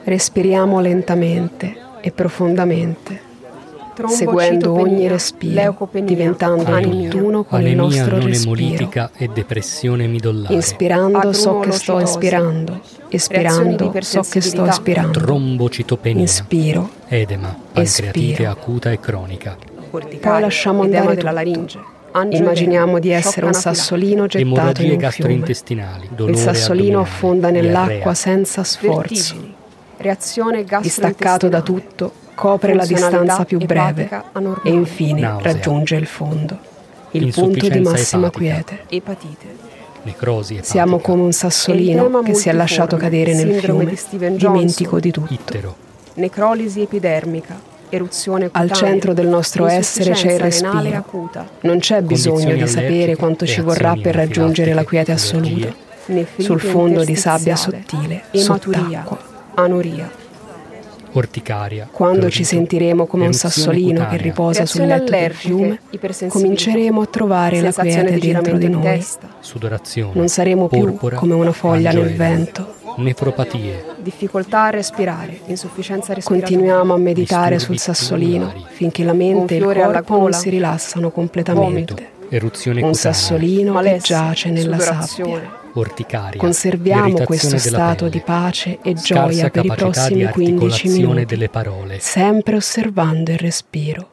Respiriamo lentamente e profondamente, seguendo ogni respiro, diventando tutt'uno con il nostro anemia non respiro. emolitica e depressione midollare. Inspirando so che sto espirando, espirando so che sto espirando. Trombocitopenia, Inspiro, edema, pancreatite espiro. acuta e cronica. Poi lasciamo andare tutto. Immaginiamo di essere un sassolino gettato in Emorragie un fiume. gastrointestinali, dolore Il sassolino addominale, affonda nell'acqua diarrea. senza sforzo. Reazione Distaccato da tutto, copre la distanza più breve e infine Nausea. raggiunge il fondo, il punto di Insufficienza massima epatica. quiete. Epatite. Necrosi epatica. Siamo come un sassolino che si è lasciato cadere nel fiume, dimentico di tutto. Ittero. Necrolisi epidermica. Eruzione cutanea. Al centro del nostro essere c'è il insufficienza renale respiro. acuta. Non c'è bisogno Condizioni di sapere allergiche, quanto ci reazioni vorrà per raggiungere la quiete anafilattiche, assoluta. Nefrite Sul fondo di sabbia interstiziale. sottile, Ematuria. sott'acqua. Anoria. Orticaria. Quando prurito, ci sentiremo come un eruzione sassolino che cutanea, riposa sul Reazioni letto del allergiche, fiume, ipersensibilità. cominceremo a trovare la Sensazione quiete di dentro giramento di in noi. testa. sudorazione, Non saremo più porpora, come una foglia nel angioedema, vento. nefropatie, Difficoltà a respirare. Insufficienza respiratoria. Continuiamo a meditare sul Disturbi sassolino tumorali. finché la mente e il Gonfiore alla corpo non gola. si rilassano completamente. Vomito. eruzione Un cutanea, sassolino che Malessere. giace nella Sudorazione. sabbia. orticaria, Conserviamo irritazione questo della stato pelle, di pace e scarsa gioia per i capacità di prossimi 15 articolazione minuti, delle parole, sempre osservando il respiro.